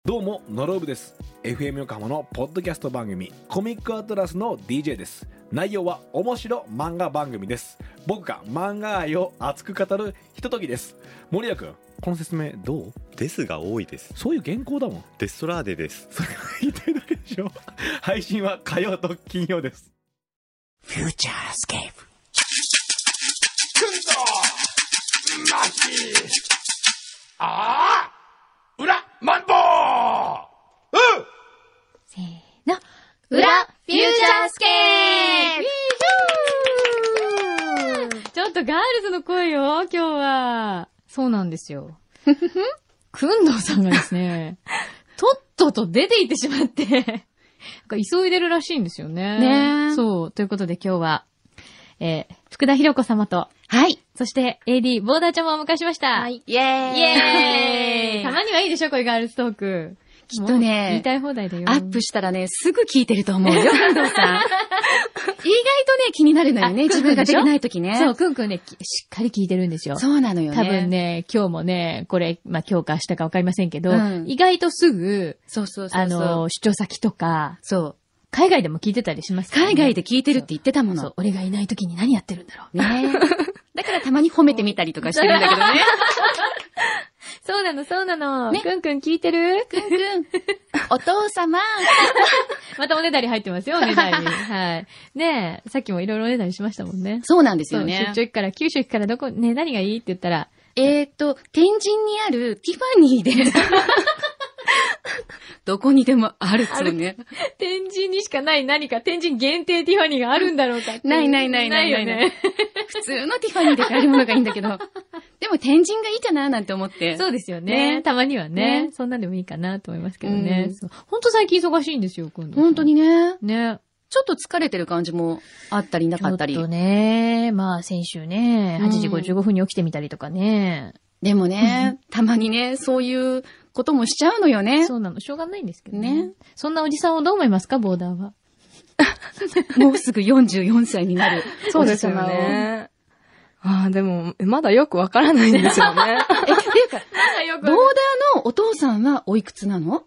どうもノロブです。 FM 横浜のポッドキャスト番組コミックアトラスの DJ です。内容は面白漫画番組です。僕が漫画愛を熱く語るひとときです。森谷君、この説明どう？ ですが多いです。 そういう原稿だもん。 デストラーデです。 それが言いたいだけでしょ。配信は火曜と金曜です。 フューチャースケープ裏マンボウせーの。裏フューチャースケープちょっとガールズの声よ、今日は。そうなんですよ。くんどうさんがですね、とっとと出て行ってしまって、なんか急いでるらしいんですよね。 ねえ。 そう。ということで今日は、福田博子様と、 はい。 そして AD ボーダーちゃんもお迎えしました。 はい。イェーイ。 イエーイたまにはいいでしょ、こういうガールズトーク。 きっとね、 言いたい放題だよ。 アップしたらね、すぐ聞いてると思うよ、安藤さん。意外とね、気になるのよね、自分ができないときね。 そう、くんくんね、しっかり聞いてるんですよ。 そうなのよね。 多分ね、今日もね、これ、まあ、今日か明日かわかりませんけど、 うん、 意外とすぐ、 そうそうそうそう。 出張先とか、 そう。 海外でも聞いてたりしますからね。 海外で聞いてるって言ってたもの。 そう、俺がいない時に何やってるんだろう。 ねだからたまに褒めてみたりとかしてるんだけどね。 そうなの、そうなの。 ね、 くんくん聞いてる？ くんくん。お父様。 またおねだり入ってますよ、おねだり。はい。ねえ、さっきもいろいろおねだりしましたもんね。 そうなんですよね。 出張行くから、九州行くからどこ、ね、何がいいって言ったら。 天神にあるティファニーで。どこにでもあるっつうね。 天神にしかない何か、天神限定ティファニーがあるんだろうかって。 ないよね。普通のティファニーで買えるものがいいんだけど。でも天神がいいかななんて思って。 そうですよね。たまにはね。そんなんでもいいかなと思いますけどね。ほんと最近忙しいんですよ、今度。 ほんとにね。 ね。 ちょっと疲れてる感じもあったりなかったり。 ちょっとね。まあ先週ね、8時55分に起きてみたりとかね。 でもね、たまにね、そういうこともしちゃうのよね。 そうなの。しょうがないんですけどね。そんなおじさんをどう思いますか、ボーダーは。 もうすぐ44歳になる。 そうですよね。ああ、でも、まだよくわからないんですよね。 っていうか、ボーダーのお父さんはおいくつなの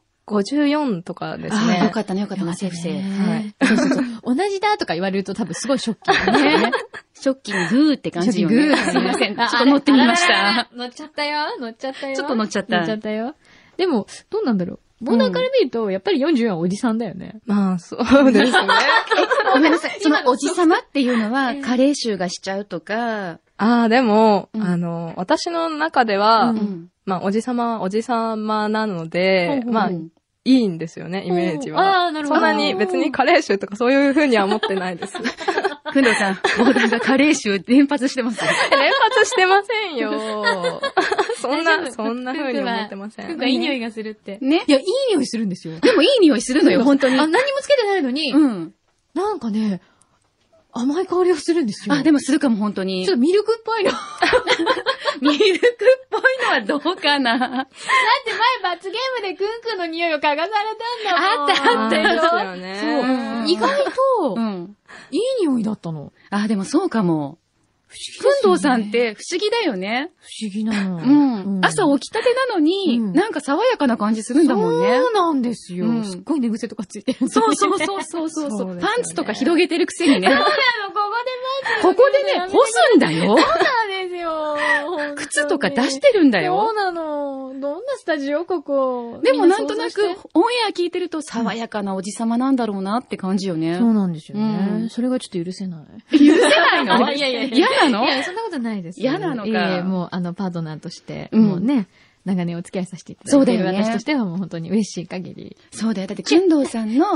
？54とかですね。 よかったね、セーフセーフ。 はい。そう。同じだとか言われると多分すごいショッキーだね。 ショッキーにグーって感じよね。すいません。ちょっと乗ってみました。 乗っちゃったよ。 ちょっと乗っちゃった。 よ。でも、どうなんだろう。ボーダーから見ると、やっぱり44はおじさんだよね。 まあ、そうですね。 ごめんなさい。そのおじさまっていうのは、加齢臭がしちゃうとか。 ああ、でも、私の中では、まあ、おじさまなので、まあ、いいんですよね、イメージは。 ああ、なるほど。 そんなに別に加齢臭とかそういう風には思ってないです。 くんどうさん、ボーダーが加齢臭連発してます連発してませんよ。そんな風に思ってません。 なんかいい匂いがするって。 ね。 いや、いい匂いするんですよ。 でもいい匂いするのよ、本当に。 何にもつけてないのに、なんかね、甘い香りがするんですよ。 でもするかも、本当に。 ちょっとミルクっぽいの。 ミルクっぽいのはどうかな。だって前罰ゲームでクンクンの匂いを嗅がされたんだもん。 あったよ。 ですよね。 そう。意外と、いい匂いだったの。 でもそうかも。くんどうさんって不思議だよね。 不思議なの。 朝起きたてなのに、なんか爽やかな感じするんだもんね。 そうなんですよ。すっごい寝癖とかついてる。 そう。パンツとか広げてるくせにね。 そうなの、 ここでね、干すんだよ。 そうなんですよ。 靴とか出してるんだよ。 そうなの。どんなスタジオここ。 でもなんとなく、オンエア聞いてると爽やかなおじさまなんだろうなって感じよね。 そうなんですよね。それがちょっと許せない。 許せないの？ いや。 嫌なの？ いや、そんなことないです。 嫌なのか。 もう、パートナーとして、もうね、長年お付き合いさせていただいている私としてはもう本当に嬉しい限り。 そうだよ。だって、くんどうさんの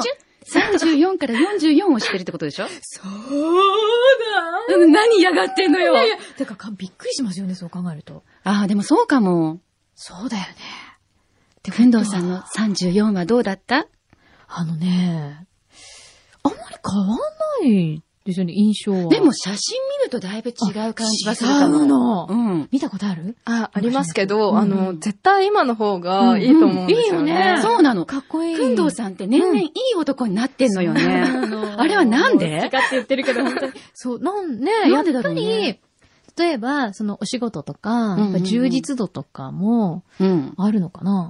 34から44を知ってるってことでしょ？ そうだ。 何嫌がってんのよ。 いや、てか、びっくりしますよね、そう考えると。 でもそうかも。 そうだよね。 で、くんどうさんの34はどうだった？ あんまり変わんないですよね、印象は。 でも写真見るとだいぶ違う感じはするかも。 違うの。見たことある？ ありますけど、絶対今の方がいいと思うんですよね。 いいよね。 そうなの。 かっこいい。 くんどうさんって年々いい男になってんのよね。あれはなんで？ 使って言ってるけど、本当に。そう、なんでだろうね。例えば、そのお仕事とか、充実度とかも、あるのかな。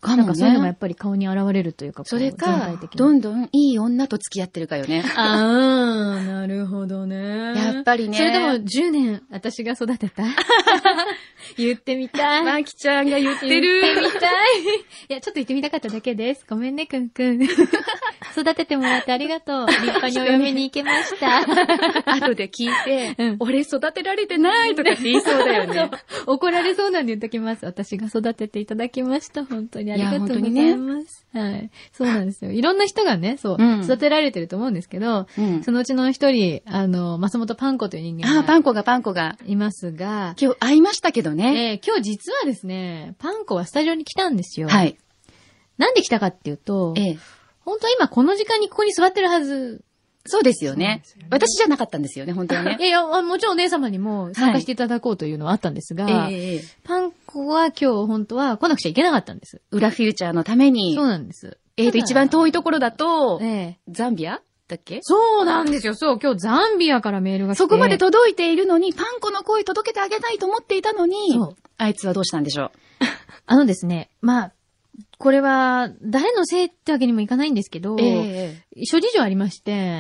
なんかそういうのがやっぱり顔に現れるというか、 それか、どんどんいい女と付き合ってるかよね。 なるほどね。 やっぱりね。 それでも10年、私が育てた言ってみたい。 マキちゃんが言ってる。 言ってみたい。いや、ちょっと言ってみたかっただけです。ごめんね、くんくん。育ててもらってありがとう。立派にお嫁に行けました。 後で聞いて、俺育てられてないとかって言いそうだよね。 怒られそうなんで言っときます。私が育てていただきました。本当にありがとうございます。はい。そうなんですよ。いろんな人がね、そう、育てられてると思うんですけど、そのうちの一人、松本パンコという人間が。 パンコが。 いますが。 今日会いましたけどね。 今日実はですね、パンコはスタジオに来たんですよ。 はい。 なんで来たかっていうと、本当は今この時間にここに座ってるはず。 そうですよね。私じゃなかったんですよね、本当はね。 いや、もちろんお姉様にも参加していただこうというのはあったんですが、パンコは今日本当は来なくちゃいけなかったんです。 裏フューチャーのために。 そうなんです。 一番遠いところだと、ザンビアだっけ？ そうなんですよ。そう、今日ザンビアからメールが来て。 そこまで届いているのに、パンコの声届けてあげたいと思っていたのに、あいつはどうしたんでしょう。 ですね、これは、誰のせいってわけにもいかないんですけど、諸事情ありまして、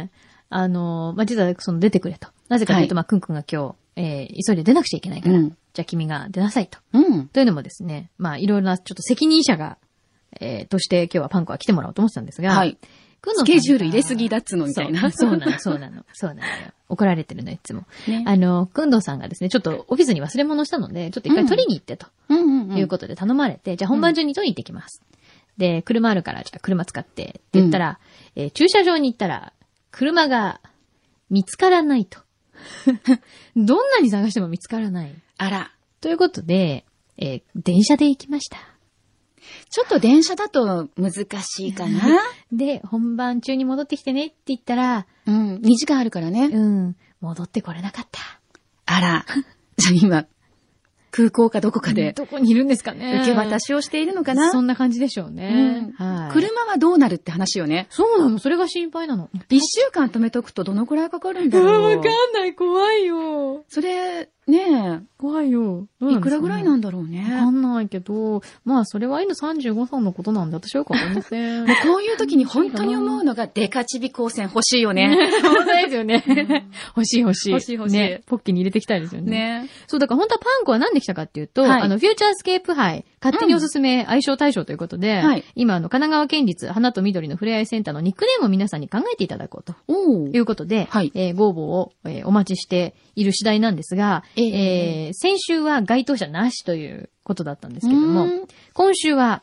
実は出てくれと。なぜかというと、くんくんが今日、急いで出なくちゃいけないから、じゃあ君が出なさいと。というのもですね、いろいろなちょっと責任者が、として今日はパンコは来てもらおうと思ってたんですが、 スケジュール入れすぎだっつのみたいな。 そうなの。怒られてるの、いつも。くんどうさんがですね、ちょっとオフィスに忘れ物したので、ちょっと一回取りに行ってと。いうことで頼まれて、じゃあ本番中に取りに行ってきます。で、車あるから、じゃあ車使ってって言ったら、駐車場に行ったら、車が見つからないと。どんなに探しても見つからない。 あら。 ということで、電車で行きました。 ちょっと電車だと難しいかな。 で、本番中に戻ってきてねって言ったら、 2時間あるからね。 戻ってこれなかった。 あら。じゃあ今、空港かどこかで。 どこにいるんですかね。 受け渡しをしているのかな。 そんな感じでしょうね。 車はどうなるって話よね。 そうなの、それが心配なの。 1週間止めとくとどのくらいかかるんだろう。 わかんない、怖いよ。 それ、ねえ。 怖いよ。 いくらぐらいなんだろうね。 わかんないけど、それは犬35歳のことなんで私はよくわかりません。 もうこういう時に本当に思うのがデカチビ光線欲しいよね。 そうですよね。欲しい。ね、ポッキーに入れていきたいですよね。 ね。 そう、だから本当はパンコは何で来たかっていうと、フューチャースケープ杯、勝手におすすめ相性大賞ということで、今神奈川県立花と緑のふれあいセンターのニックネームを皆さんに考えていただこうということで、ご応募を、お待ちしている次第なんですが、先週は該当者なしということだったんですけども、今週は、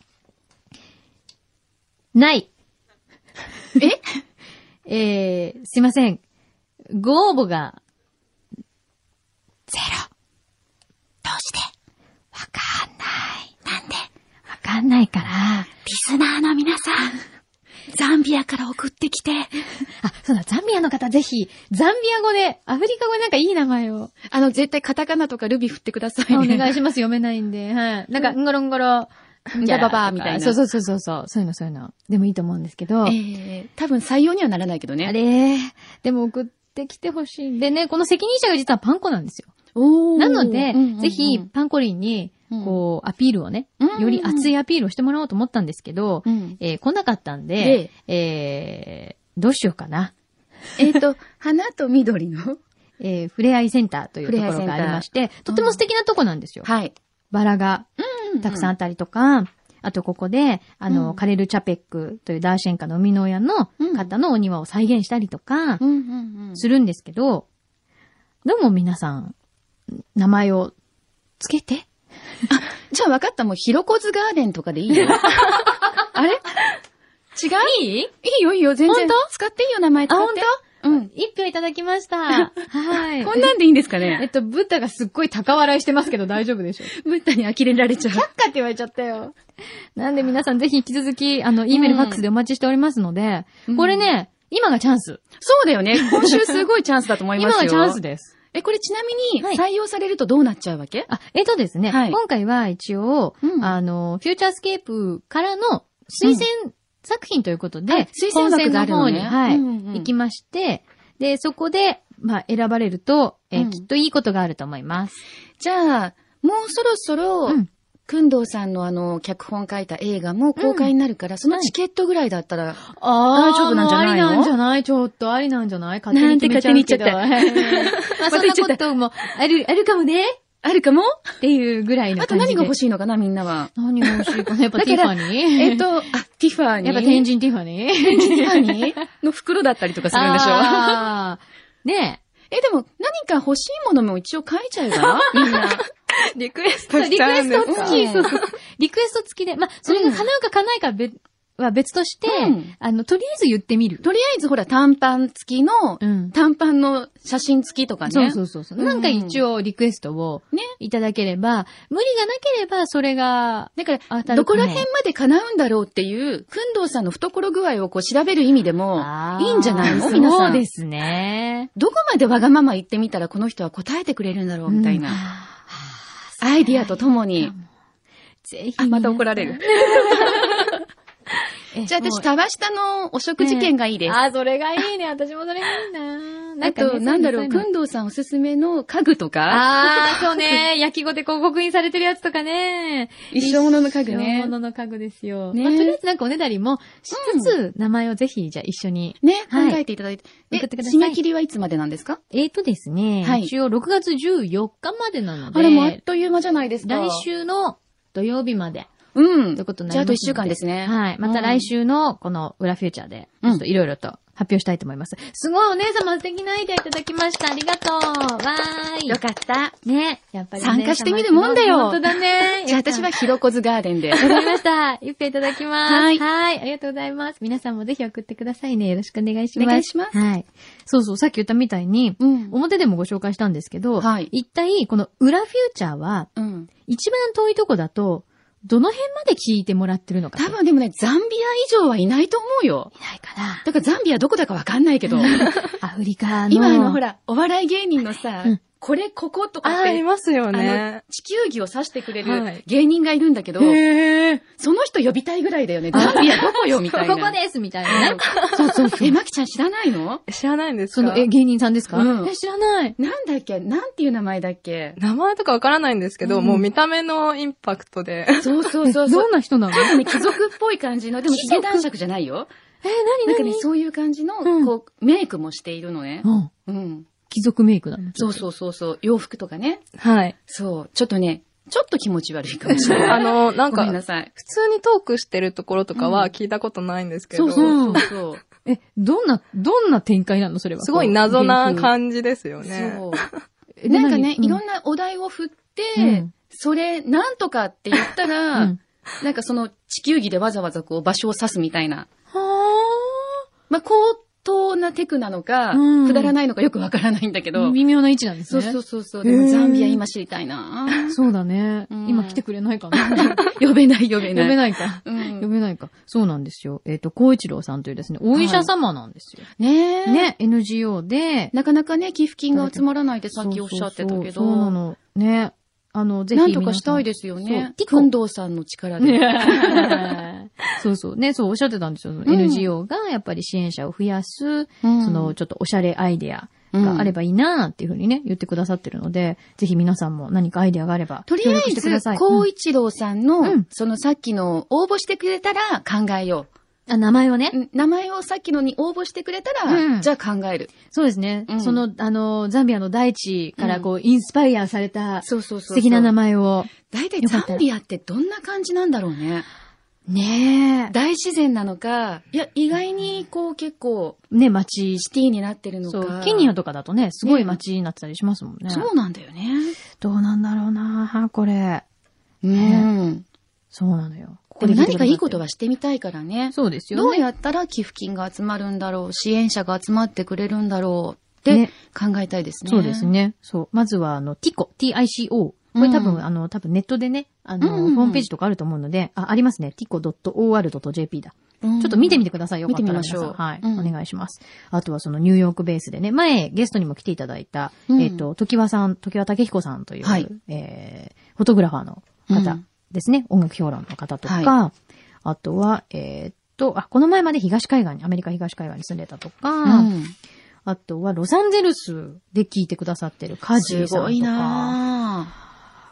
ない。すいません。ご応募が、ゼロ。 どうして？ わかんない。 なんで？ わかんないから、 リスナーの皆さん、ザンビアから送ってきて。 そうだ、ザンビアの方ぜひ、ザンビア語で、アフリカ語でなんかいい名前を。 絶対カタカナとかルビ振ってくださいね。 お願いします。読めないんで。はい。なんか、んごろんごろ、 じゃばばみたいな。 そう。そういうの。でもいいと思うんですけど。 多分採用にはならないけどね。 あれでも送ってきてほしい。でね、この責任者が実はパンコなんですよ。なので、ぜひ、パンコリンに、アピールをね、より熱いアピールをしてもらおうと思ったんですけど、来なかったんで、どうしようかな。 花と緑のふれあいセンターというところがありまして、とても素敵なとこなんですよ。バラがたくさんあったりとか、あとここで、カレル・チャペックというダーシェンカの生みの親の方のお庭を再現したりとか、するんですけど、どうも皆さん、名前をつけて。 じゃあ分かった。もう、ヒロコズガーデンとかでいいよ。あれ違う？いいよ。全然。本当？使っていいよ、名前使って。 一票いただきました。はい。 こんなんでいいんですかね？ ブッダがすっごい高笑いしてますけど大丈夫でしょ？ ブッダに呆れられちゃう。 却下って言われちゃったよ。なんで皆さんぜひ引き続き、E メールファックスでお待ちしておりますので、これね、今がチャンス。 そうだよね。今週すごいチャンスだと思いますよ。 今がチャンスです。 これちなみに採用されるとどうなっちゃうわけ？ ですね。今回は一応、フューチャースケープからの推薦作品ということで、 推薦枠があるのね。 行きまして、で、そこで、選ばれると、きっといいことがあると思います。 じゃあ、もうそろそろ、 くんどうさんの脚本書いた映画も公開になるから、そのチケットぐらいだったら、大丈夫なんじゃないの？ ありなんじゃない？ちょっとありなんじゃない？勝手に決めちゃうけど。まあそんなこともあるかもね。 あるかもっていうぐらいの感じで。 あと何が欲しいのかな、みんなは。 何が欲しいかな、やっぱティファニーティファニー。 やっぱ天神ティファニー天神ティファニーの袋だったりとかするんでしょねえ。でも、何か欲しいものも一応書いちゃえばみんな。 リクエストしちゃうんですか？ リクエスト付き。リクエスト付きで。まあ、それが叶うか叶わないかは別として、とりあえず言ってみる。 とりあえずほら、短パン付きの、短パンの写真付きとかね。 そう。なんか一応リクエストをいただければ、無理がなければそれが、 だから、どこら辺まで叶うんだろうっていう、くんどうさんの懐具合をこう調べる意味でも、いいんじゃないの？皆さん。 そうですね。 どこまでわがまま言ってみたらこの人は答えてくれるんだろうみたいな。アイディアとともに。 ぜひ。 また怒られる。じゃあ私、タバシタのお食事券がいいです。 それがいいね。私もそれがいいな。 あと、なんだろう、くんどうさんおすすめの家具とか。 そうね。焼き語で刻印されてるやつとかね。 一生ものの家具ね。 一生ものの家具ですよ。ね。とりあえずなんかおねだりもしつつ、名前をぜひ、じゃあ一緒に。 ね、考えていただいて。 送ってください。 締め切りはいつまでなんですか？ ですね。一応6月14日までなので。 あれもあっという間じゃないですか。 来週の土曜日まで。 ということになります。じゃああと1週間ですね。 はい。また来週のこの裏フューチャーで、ちょっといろいろと発表したいと思います。すごいお姉様素敵なアイデアいただきました。ありがとう。わーい。 よかった。 ね。やっぱり参加してみるもんだよ。 本当だね。 じゃあ私はひろこずガーデンで。 わかりました。ゆっぺいただきます。 はい。 はい。ありがとうございます。皆さんもぜひ送ってくださいね。よろしくお願いします。 お願いします。 はい。そう、さっき言ったみたいに、表でもご紹介したんですけど、一体この裏フューチャーは、一番遠いとこだと、どの辺まで聞いてもらってるのか。 多分でもね、ザンビア以上はいないと思うよ。 いないかな。 だからザンビアどこだかわかんないけど。 アフリカの。 今ほら、お笑い芸人のさ、こことかって。 ありますよね。 地球儀を指してくれる芸人がいるんだけど、その人呼びたいぐらいだよね。ザンビアどこよみたいな。 ここですみたいなね。 そう。マキちゃん知らないの？ 知らないんですか？ 芸人さんですか？知らない。 なんだっけ？なんていう名前だっけ？ 名前とかわからないんですけど、もう見た目のインパクトで。 そう。 どんな人なの？ ちょっとね、貴族っぽい感じの、でもヒゲ男爵じゃないよ。 何なんかね、そういう感じの、こう、メイクもしているのね。 貴族メイクなの？ そう。洋服とかね。 はい。 そう。ちょっと気持ち悪いかもしれない。 なんか、 ごめんなさい。 普通にトークしてるところとかは聞いたことないんですけど。 そう。 どんな展開なのそれは。 すごい謎な感じですよね。 そう。なんかね、いろんなお題を振って、それ、なんとかって言ったら、なんかその地球儀でわざわざこう場所を指すみたいな。まあ、高等なテクなのか、くだらないのかよくわからないんだけど。 微妙な位置なんですね。 そう。でもザンビア今知りたいな。 そうだね。今来てくれないかな。 呼べないか。 呼べないか。そうなんですよ。孝一郎さんというですね、お医者様なんですよ。ね、NGO で。 なかなかね、寄付金が集まらないってさっきおっしゃってたけど。 そうなの。ね。ぜひ。 なんとかしたいですよね。くんどうさんの力で。 そう。ね、そうおっしゃってたんですよ。NGO がやっぱり支援者を増やす、ちょっとおしゃれアイデアがあればいいなっていうふうにね、言ってくださってるので、ぜひ皆さんも何かアイデアがあれば、 とりあえず、孝一郎さんの、そのさっきの応募してくれたら考えよう。 名前をね。 名前をさっきのに応募してくれたら、じゃあ考える。 そうですね。その、ザンビアの大地からこう、インスパイアされた、素敵な名前を。 だいたいザンビアってどんな感じなんだろうね。 ねえ。 大自然なのか、いや、意外にこう結構、 ね、街。 シティになってるのか。 そう、ケニアとかだとね、すごい街になってたりしますもんね。 そうなんだよね。 どうなんだろうなこれ。そうなのよ。 でも何かいいことはしてみたいからね。 そうですよね。 どうやったら寄付金が集まるんだろう、支援者が集まってくれるんだろうって考えたいですね。 そうですね。そう。まずはTICO、TICO。これ多分ネットでね、ホームページとかあると思うので、ありますね。tico.or.jp だ。ちょっと見てみてください。よかったら。 見てみましょう。 はい。お願いします。あとはそのニューヨークベースでね、前ゲストにも来ていただいた、常盤武彦さんという、フォトグラファーの方ですね。音楽評論の方とか、あとは、この前までアメリカ東海岸に住んでたとか、あとはロサンゼルスで聞いてくださってるカジーさんとか。 すごいな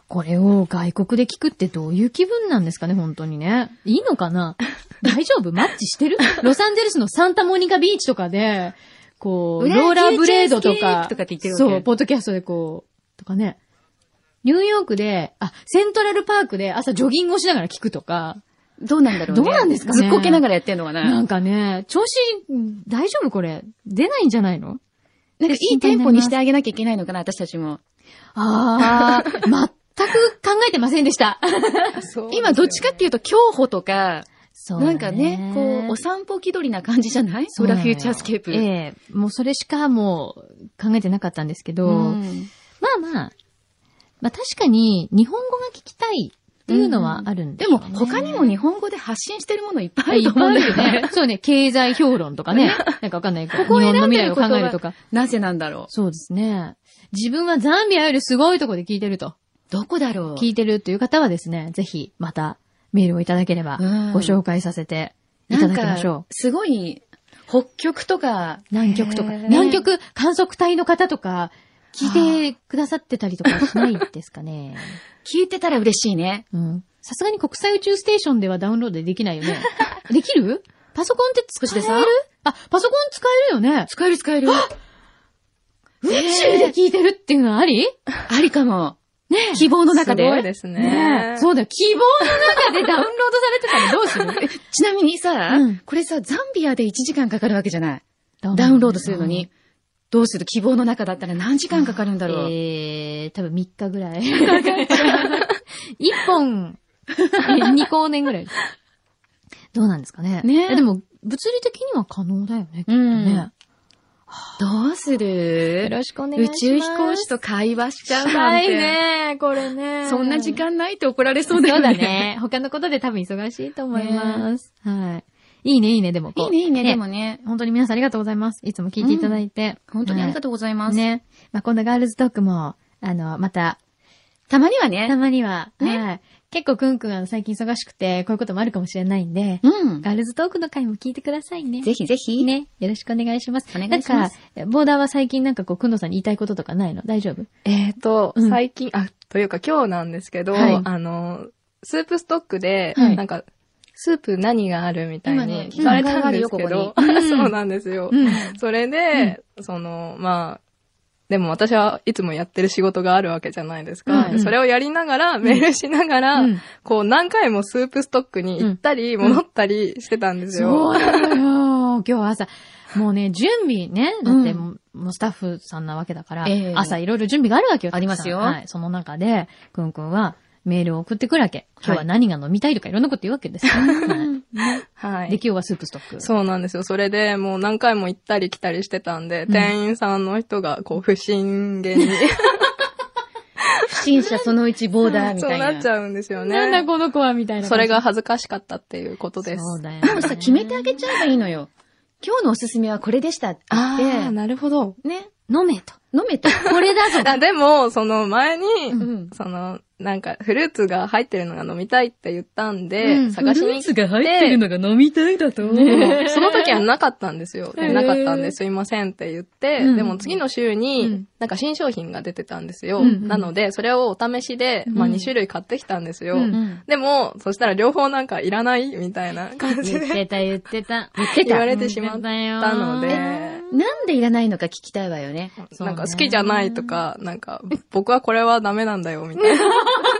これを外国で聞くってどういう気分なんですかね、本当にね。いいのかな大丈夫マッチしてるロサンゼルスのサンタモニカビーチとかで、こう、ローラーブレードとか、 とかって言ってるわけ。 そう、ポッドキャストでこう、とかね。ニューヨークで、セントラルパークで朝ジョギングをしながら聞くとか。 どうなんだろうね。 どうなんですかね。 ずっこけながらやってんのかな。 なんかね、調子、大丈夫これ出ないんじゃないのなんかいいテンポにしてあげなきゃいけないのかな、私たちも。 全く考えてませんでした。 今どっちかっていうと、競歩とか、 そうね、 なんかね、こう、お散歩気取りな感じじゃないソーラーフューチャースケープ。 もうそれしかもう考えてなかったんですけど、まあ確かに日本語が聞きたいっていうのはあるんで、 でも他にも日本語で発信してるものいっぱいあると思うんだよね。 そうね、経済評論とかね。なんかわかんないけど、日本の未来を考えるとか。 なぜなんだろう。 そうですね。自分はザンビアよりすごいとこで聞いてると。 どこだろう。 聞いてるという方はですね、ぜひまたメールをいただければご紹介させていただきましょう。 なんかすごい、北極とか、 南極とか、南極観測隊の方とか、聞いてくださってたりとかしないですかね。 聞いてたら嬉しいね。 うん。さすがに国際宇宙ステーションではダウンロードできないよね。できる？パソコンって使える？パソコン使えるよね。 使える。 宇宙で聞いてるっていうのはあり？ ありかも。 ねえ。希望の中で。 すごいですね。 そうだよ。希望の中でダウンロードされてたらどうする？ ちなみにさ、これさ、ザンビアで1時間かかるわけじゃない。ダウンロードするのに。どうする？希望の中だったら何時間かかるんだろう。 多分3日ぐらい。1本、2光年ぐらい。どうなんですかね。 ね。 でも、物理的には可能だよね、きっとね。 どうする？ よろしくお願いします。 宇宙飛行士と会話しちゃうなんて。 したいね、これね。 そんな時間ないって怒られそうだよね。 そうだね。他のことで多分忙しいと思います。はい。いいね、でも。 いいね、でもね。 本当に皆さんありがとうございます。いつも聞いていただいて。 本当にありがとうございます。 ね。今度ガールズトークも、また、 たまにはね。 たまには。はい。結構くんくん最近忙しくて、こういうこともあるかもしれないんで、ガールズトークの回も聞いてくださいね。 ぜひぜひ。 ね。よろしくお願いします。 お願いします。 なんか、ボーダーは最近なんかこう、くんどさんに言いたいこととかないの？大丈夫？ 最近、というか今日なんですけど、スープストックで、なんか、スープ何があるみたいに聞かれたんですけど、そうなんですよ。それで、でも私はいつもやってる仕事があるわけじゃないですか。それをやりながら、メールしながら、こう何回もスープストックに行ったり、戻ったりしてたんですよ。 そうだよ。今日朝、もうね、準備ね、だってもうスタッフさんなわけだから、朝いろいろ準備があるわけよ。 ありますよ。 はい。その中で、くんくんは、メールを送ってくるわけ。今日は何が飲みたいとかいろんなこと言うわけですよ。 はい。 で、今日はスープストック。 そうなんですよ。それでもう何回も行ったり来たりしてたんで、店員さんの人がこう不審げに。 不審者その1ボーダーみたいな。 そうなっちゃうんですよね。 なんだこの子はみたいな。 それが恥ずかしかったっていうことです。 そうだよ。 でもさ、決めてあげちゃえばいいのよ。今日のおすすめはこれでしたって言って。 ああ、なるほど。 ね。 飲めと。 飲めと。 これだぞ。 でも、その前に、なんか、フルーツが入ってるのが飲みたいって言ったんで、探しに行って。フルーツが入ってるのが飲みたいだと。 その時はなかったんですよ。なかったんですいませんって言って、でも次の週に、なんか新商品が出てたんですよ。なので、それをお試しで、2種類買ってきたんですよ。でも、そしたら両方なんかいらないみたいな感じで。 言ってた。 言われてしまったので。 なんでいらないのか聞きたいわよね。 なんか好きじゃないとか、なんか、僕はこれはダメなんだよ、みたいな。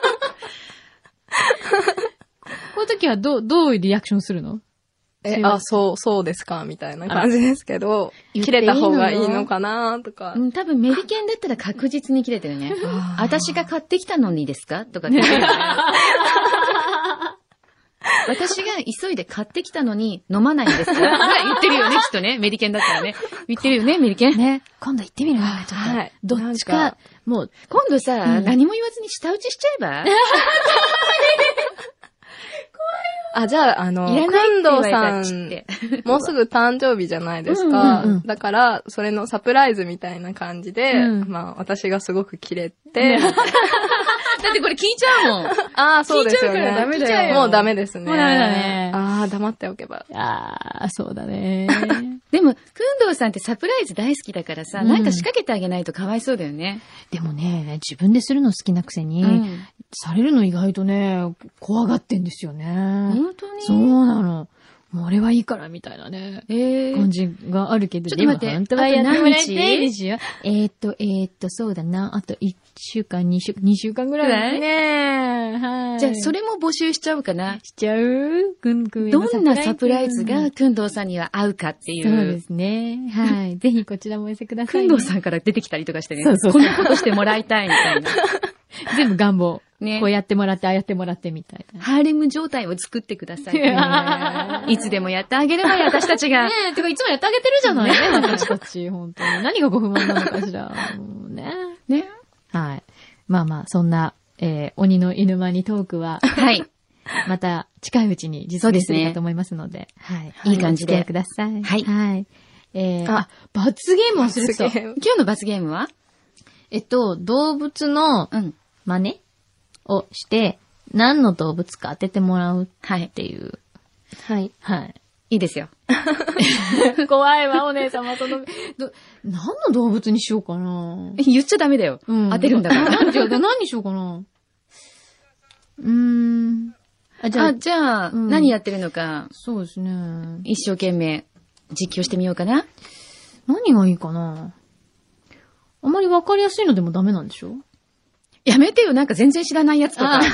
この時はどういうリアクションするの？ そうですか、みたいな感じですけど、切れた方がいいのかなとか。 多分メリケンだったら確実に切れてるね。私が買ってきたのにですかとかって言ってるよね。私が急いで買ってきたのに飲まないんですか言ってるよね、きっとね。メリケンだったらね。言ってるよね、メリケン。 ね。今度行ってみるわ、ちょっと。はい。どっちか、もう。 今度さ、何も言わずに舌打ちしちゃえばじゃあ、くんどうさん、もうすぐ誕生日じゃないですか。だから、それのサプライズみたいな感じで、私がすごくキレて、 だってこれ聞いちゃうもん。 ああ、そうですよね。 聞いちゃうからダメだよ。 もうダメですね。 もうダメだね。 ああ、黙っておけば。 ああ、そうだね。 でも、くんどうさんってサプライズ大好きだからさ、なんか仕掛けてあげないとかわいそうだよね。 でもね、自分でするの好きなくせに、されるの意外とね、怖がってんですよね。 本当に？ そうなの。もう俺はいいからみたいなね、感じがあるけど、 ちょっと待って、 本当はやってもらいたいでしょ。そうだな。あと1週間、2週間ぐらいね。はい。 じゃあ、それも募集しちゃうかな。 しちゃう？どんなサプライズがくんどうさんには合うかっていう。 そうですね。はい。ぜひこちらもお寄せください。 くんどうさんから出てきたりとかしてね。そうこんなことしてもらいたいみたいな。 全部願望。ね。こうやってもらって、ああやってもらってみたいな。 ハーレム状態を作ってください。いつでもやってあげればよ、私たちが。 ねえ、てかいつもやってあげてるじゃないね、私たち。本当に。何がご不満なのかしら。もうね。 ね。 はい。まあまあ、そんな、鬼の犬間にトークは。 はい。 また、近いうちに実現するかと思いますので。 はい。いい感じで。 お付き合いください。 はい。 はい。罰ゲームをすると。 今日の罰ゲームは動物の真似をして、何の動物か当ててもらうっていう。 はい。 はい。 いいですよ。 怖いわ、お姉様。何の動物にしようかな。 言っちゃダメだよ。当てるんだから。 じゃあ、何にしようかな。 じゃあ、何やってるのか。 そうですね。 一生懸命実況してみようかな。 何がいいかな。あまりわかりやすいのでもダメなんでしょ？ やめてよ、なんか全然知らないやつとか。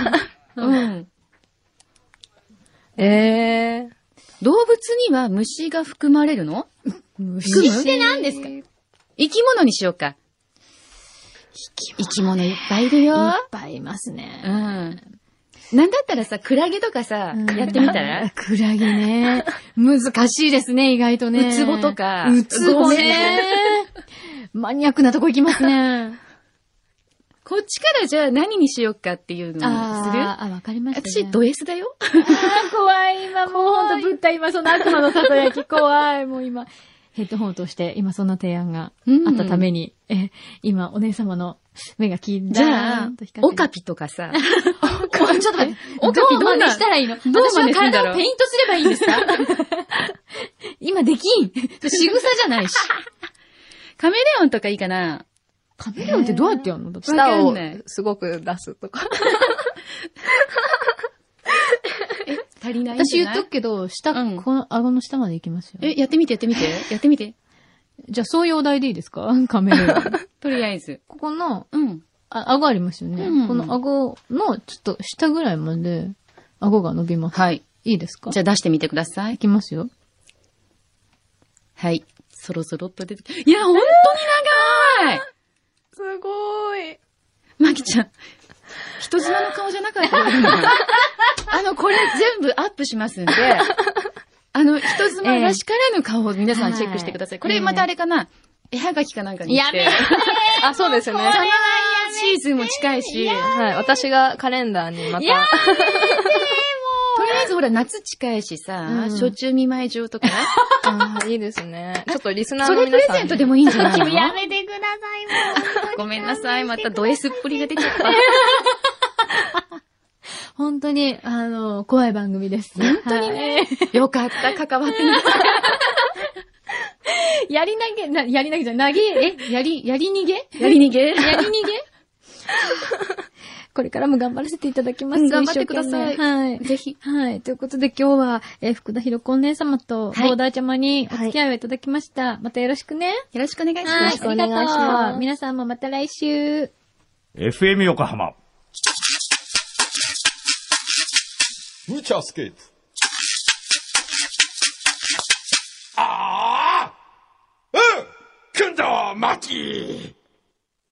動物には虫が含まれるの？ 虫って何ですか？ 生き物にしようか。生き物いっぱいいるよ。 いっぱいいますね。 なんだったらさ、クラゲとかさ、やってみたら？ クラゲね。難しいですね、意外とね。 ウツボとか。 ウツボね。マニアックなとこ行きますね。 こっちからじゃあ何にしようかっていうのをする？ わかりました。 私、ド S だよ。 怖い、今もうほんとぶった今その悪魔のささやき怖い。もう今、ヘッドホンとして今そんな提案があったために、今お姉様の目がキーンじゃあ、オカピとかさ。 ちょっと待って、オカピどう真似したらいいの？私は体をペイントすればいいんですか？今できん。仕草じゃないし。 カメレオンとかいいかな？ カメレオンってどうやってやるの？ 舌をすごく出すとか。 足りないんじゃない？ 私言っとくけど、この顎の下まで行きますよ。 やってみて、やってみて。やってみて。 じゃあ、そういうお題でいいですか？カメレオン。 とりあえず。 ここの、顎ありますよね。この顎のちょっと下ぐらいまで、顎が伸びます。 はい。 いいですか？ じゃあ出してみてください。 いきますよ。 はい。そろそろっと出て。いや、ほんとに長い！ すごい。 マキちゃん、人妻の顔じゃなかったよ。これ全部アップしますんで、人妻らしからぬ顔を皆さんチェックしてください。これまたあれかな？絵はがきかなんかにして。 やめあ、そうですよね。 サマーシーズンも近いし。 はい。私がカレンダーにまた。 とりあえずほら夏近いしさ、暑中見舞い状とか。 いいですね。ちょっとリスナーの皆さん。 それプレゼントでもいいんじゃないの？ やめてください、もう。 ごめんなさい。またド S っぷりが出ちゃった。 本当に、怖い番組です。 本当にね。よかった、関わってみた。 やり投げじゃない、やり逃げこれからも頑張らせていただきます。 頑張ってください。 はい。 ぜひ。 はい。ということで今日は、福田ひろこお姉様と、ボーダーちゃまにお付き合いをいただきました。またよろしくね。 よろしくお願いします。 はい。ありがとう。皆さんもまた来週。 FM 横浜。フューチャースケープ。くんどまき